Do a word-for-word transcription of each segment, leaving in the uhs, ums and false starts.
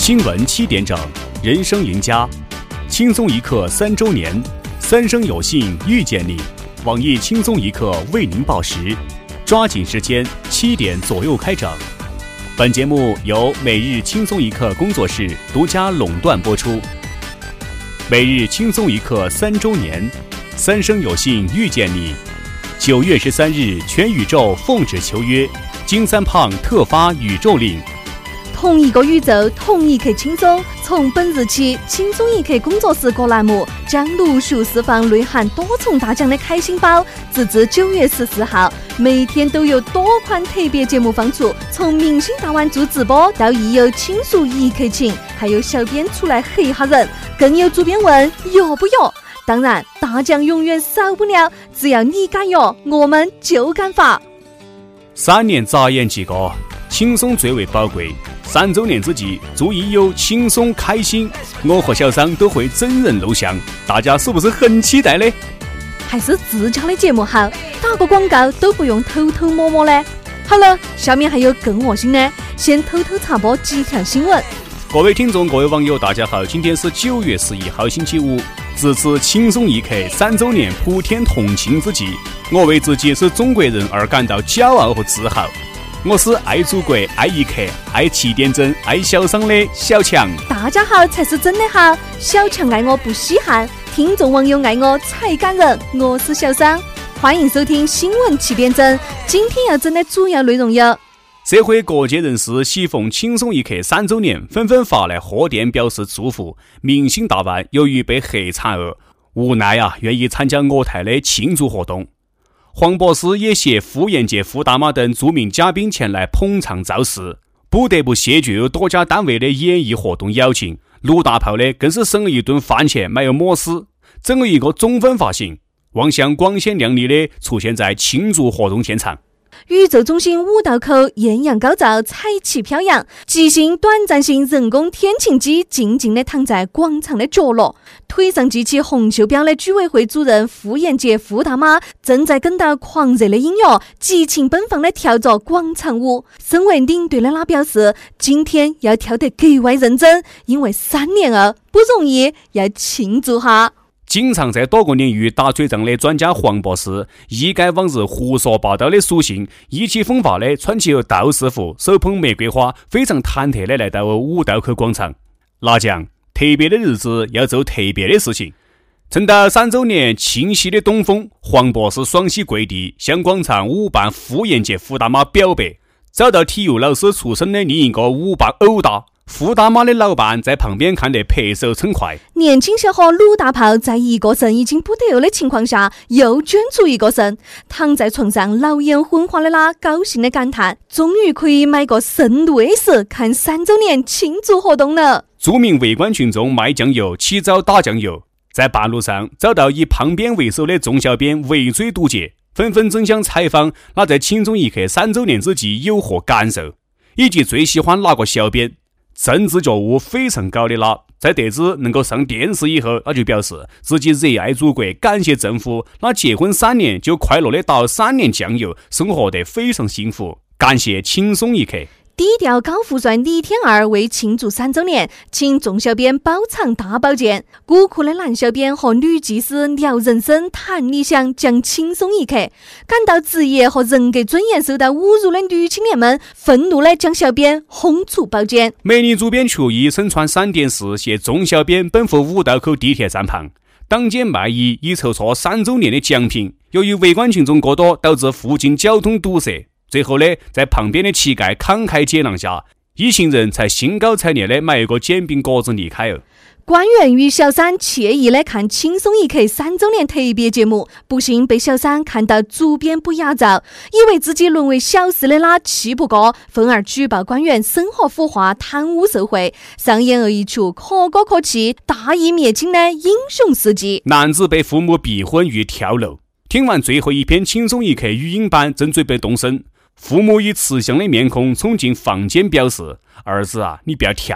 新闻七点整，人生赢家，轻松一刻三周年，三生有幸遇见你。网易轻松一刻为您报时，抓紧时间，七点左右开整。本节目由每日轻松一刻工作室独家垄断播出。每日轻松一刻三周年，三生有幸遇见你。九月十三日，全宇宙奉旨求约，金三胖特发宇宙令。 同一个宇宙，同一刻轻松。从本日起，轻松一刻工作室各栏目将陆续释放内含多重大奖的开心包，直至九月十四号，每天都有多款特别节目放出，从明星大碗做直播到亦有倾诉一刻情，还有小编出来黑哈人，更有主编问有不有。当然，大奖永远少不了，只要你敢有，我们就敢发。 三年眨眼即过，轻松最为宝贵。三周年之际，祝一友轻松开心，我和小桑都会整人录像，大家是不是很期待呢？ 还是自家的节目好，打个广告都不用偷偷摸摸呢。好了，下面还有更恶心的，先偷偷插播几条新闻。 各位听众，各位网友，大家好，今天是九月十一号星期五，值此轻松一刻三周年普天同庆之际，我为自己是中国人而感到骄傲和自豪。我是爱祖国、爱一刻、爱七点整、爱小桑的小强。 大家好才是真的好，小强爱我不稀罕，听众网友爱我才感人。我是小桑，欢迎收听新闻七点整。今天要整的主要内容有： 社会各界人士喜逢轻松一刻三周年，纷纷发来贺电表示祝福。明星大腕由于被黑惨恶，无奈啊，愿意参加我台的庆祝活动。黄博士也携傅炎杰、傅大妈等著名嘉宾前来捧场造势，不得不谢绝多家单位的演艺活动邀请。鲁大炮呢，更是省了一顿饭钱买了抹丝，整了一个中分发型，望向光鲜亮丽的出现在庆祝活动现场。 宇宙中心五道口艳阳高照，彩旗飘扬，即兴短暂性人工天晴机静静地躺在广场的角落，腿上系起红袖标的居委会主任傅炎杰、傅大妈正在跟到狂热的音乐，激情奔放地跳着广场舞。身为领队的他表示，今天要跳得格外认真，因为三年了不容易，要庆祝哈。 经常在多个领域打嘴仗的专家黄博士，一改往日胡说八道的属性，意气风发的穿起道士服，手捧玫瑰花，非常忐忑的来到五道口广场。拿奖，特别的日子要做特别的事情。趁到三周年庆喜的东风，黄博士双膝跪地，向广场舞伴傅炎杰、傅大妈表白，找到体育老师出身的另一个舞伴殴打。傅大妈的老伴在旁边看得拍手称快。 年轻小伙鲁大炮在一个肾已经不得了的情况下，又捐出一个肾，躺在床上老眼昏花的他高兴地感叹，终于可以买个肾路 S 看三周年庆祝活动了。 著名围观群众卖酱油，起早打酱油，在半路上找到以旁边为首的众小编围追堵截，纷纷争相采访那在轻松一刻三周年之际有何感受，以及最喜欢哪个小编。政治觉悟非常高的他，在得知能够上电视以后，他就表示自己热爱祖国，感谢政府，那结婚三年就快乐的倒三年酱油，生活得非常幸福，感谢轻松一刻。 低调高富帅李天二为庆祝三周年，请众小编包场大保健。古酷的男小编和女技师聊人生、谈理想，讲轻松一刻。感到职业和人格尊严受到侮辱的女青年们，愤怒地将小编轰出包间。 美女主编曲艺身穿闪电式携众小编奔赴五道口地铁站旁，当街卖艺以筹措三周年的奖品。由于围观群众过多，导致附近交通堵塞。最后呢，在旁边的乞丐慷慨解囊下，一行人才兴高采烈的买一个煎饼果子离开了。 官员与小三惬意的看轻松一刻三周年特别节目，不幸被小三看到主编不雅照，以为自己沦为小四的他气不过，愤而举报官员生活腐化、贪污受贿，上演了一出可歌可泣、大义灭亲的英雄事迹。 男子被父母逼婚欲跳楼，听完最后一篇轻松一刻语音版，正准备动身，父母以慈祥的面孔冲进房间表示，儿子啊，你不要跳楼，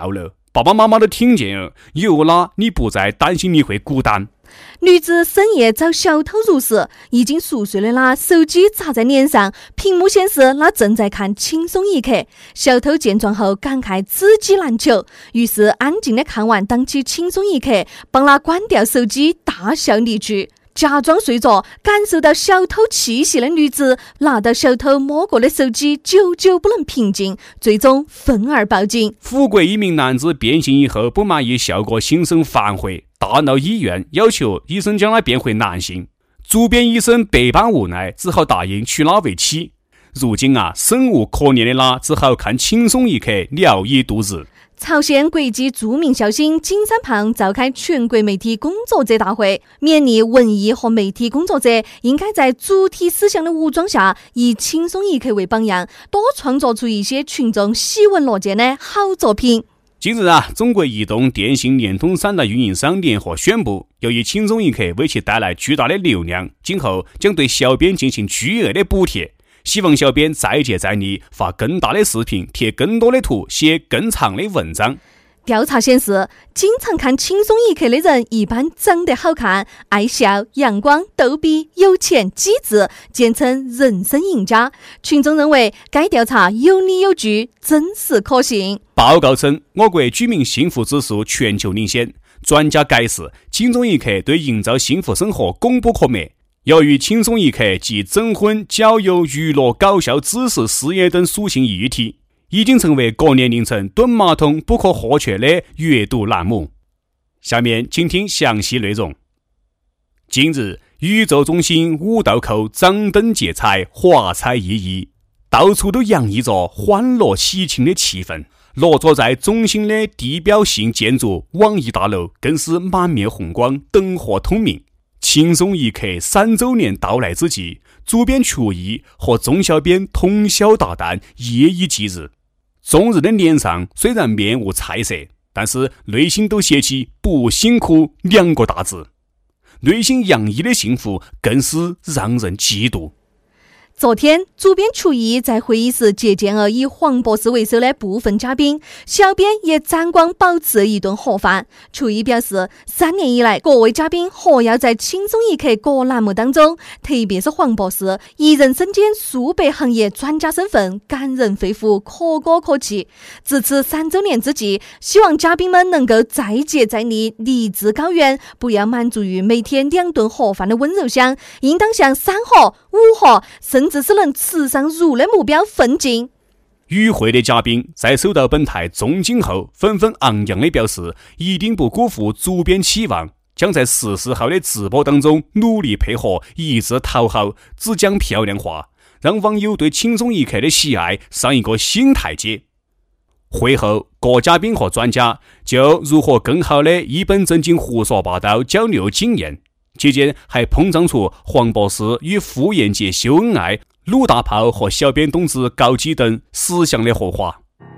爸爸妈妈都听见了，有了你不再担心你会孤单。 女子深夜遭小偷入室，已经熟睡的她手机砸在脸上，屏幕显示她正在看轻松一刻。小偷见状后感慨自己难求，于是安静的看完当期轻松一刻，帮她关掉手机，大笑离去。假装睡着，感受到小偷气息的女子拿到小偷摸过的手机，久久不能平静，最终愤而报警。 福国一名男子变性以后不满意效果心生反悔，大闹医院，要求医生将他变回男性。主编医生百般无奈，只好答应娶她为妻。如今啊，生无可恋的他只好看轻松一刻聊以度日。 朝鲜国际著名笑星金三胖召开全国媒体工作者大会，勉励文艺和媒体工作者应该在主体思想的武装下，以轻松一刻为榜样，多创作出一些群众喜闻乐见的好作品。 近日啊，中国移动、电信、联通三大运营商联合宣布，由于轻松一刻为其带来巨大的流量，今后将对小编进行巨额的补贴。希望小编再接再厉，发更大的视频，贴更多的图，写更长的文章。 调查显示，经常看轻松一刻的人一般长得好看、爱笑、阳光、逗比、有钱、机智，简称人生赢家。群众认为该调查有理有据，真实可信。 报告称，我国居民幸福指数全球领先。专家解释，轻松一刻对营造幸福生活功不可没。由于轻松一刻集征婚、交友、娱乐、搞笑、知识、事业等属性一体，已经成为各年龄层蹲马桶不可或缺的阅读栏目。下面请听详细内容。近日，宇宙中心五道口张灯结彩，华彩熠熠，到处都洋溢着欢乐喜庆的气氛。落座在中心的地标性建筑网易大楼更是满面红光，灯火通明。轻松一刻三周年到来之际，主编曲艺和钟小编通宵达旦，夜以继日。众人的脸上虽然面无菜色，但是内心都写起不辛苦两个大字，内心洋溢的幸福更是让人嫉妒。 昨天，主编曲艺在会议室接见了以黄博士为首的部分嘉宾，小编也沾光饱吃一顿盒饭。曲艺表示，三年以来，各位嘉宾活跃在轻松一刻各栏目当中，特别是黄博士，一人身兼数百行业专家身份，感人肺腑，可歌可泣。值此三周年之际，希望嘉宾们能够再接再厉，立志高远，不要满足于每天两顿盒饭的温柔乡，应当向三盒、五盒，甚至是能吃上入的目标奋进。 与会的嘉宾在收到本台重金后，纷纷昂扬地表示，一定不辜负主编期望，将在十四号的直播当中努力配合，一致讨好，只讲漂亮话，让网友对轻松一刻的喜爱上一个新台阶。会后，各嘉宾和专家就如何更好的一本正经胡说八道交流经验，期间还膨胀出黄博士与傅艳杰秀恩爱、鲁大炮和小编董子搞基等思想的火花。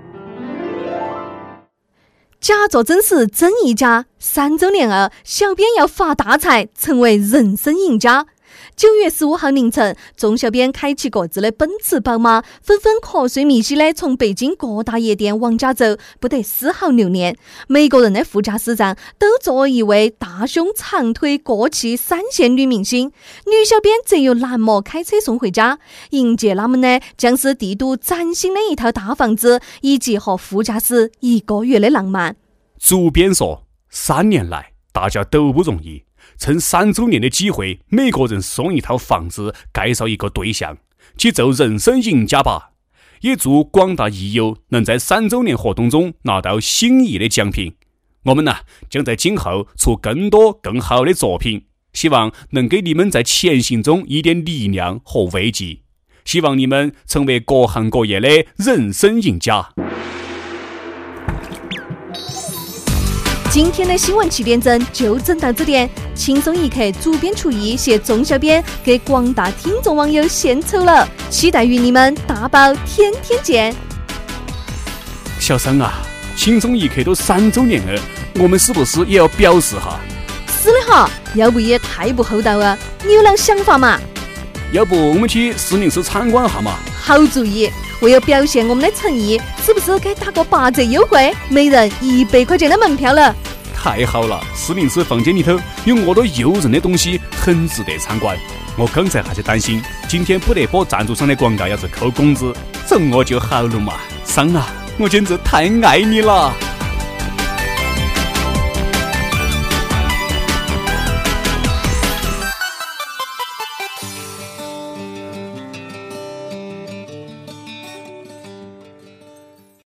假作真实真一家，三周年了，小编要发大财，成为人生赢家。九月十五号凌晨，众小编开启各自的奔驰宝马，纷纷瞌睡迷稀的从北京各大夜店往家走，不得丝毫留恋。每个人的副驾驶上都坐一位大胸长腿过气三线女明星，女小编则由男模开车送回家。迎接他们的将是帝都崭新的一套大房子，以及和副驾驶一个月的浪漫。 主编说，三年来大家都不容易，趁三周年的机会，每个人送一套房子，介绍一个对象，去做人生赢家吧！也祝广大益友能在三周年活动中拿到心仪的奖品。我们呢，将在今后出更多更好的作品，希望能给你们在前行中一点力量和慰藉。希望你们成为各行各业的人生赢家。 今天的新闻七点整就整到这点，轻松一刻主编厨艺携众小编给广大听众网友献丑了，期待与你们大宝天天见。 小三啊，轻松一刻都三周年了，我们是不是也要表示哈？ 是的哈，要不也太不厚道了，你有啷想法嘛？ 要不我们去四零四参观哈嘛？ 好主意， 为了表现我们的诚意，是不是该打个八折优惠，每人一百块钱的门票了？ 太好了，四零四房间里头有我多诱人的东西，很值得参观。我刚才还是担心今天不得播赞助商的广告要是扣工资，这我就好了嘛。桑啊，我简直太爱你了。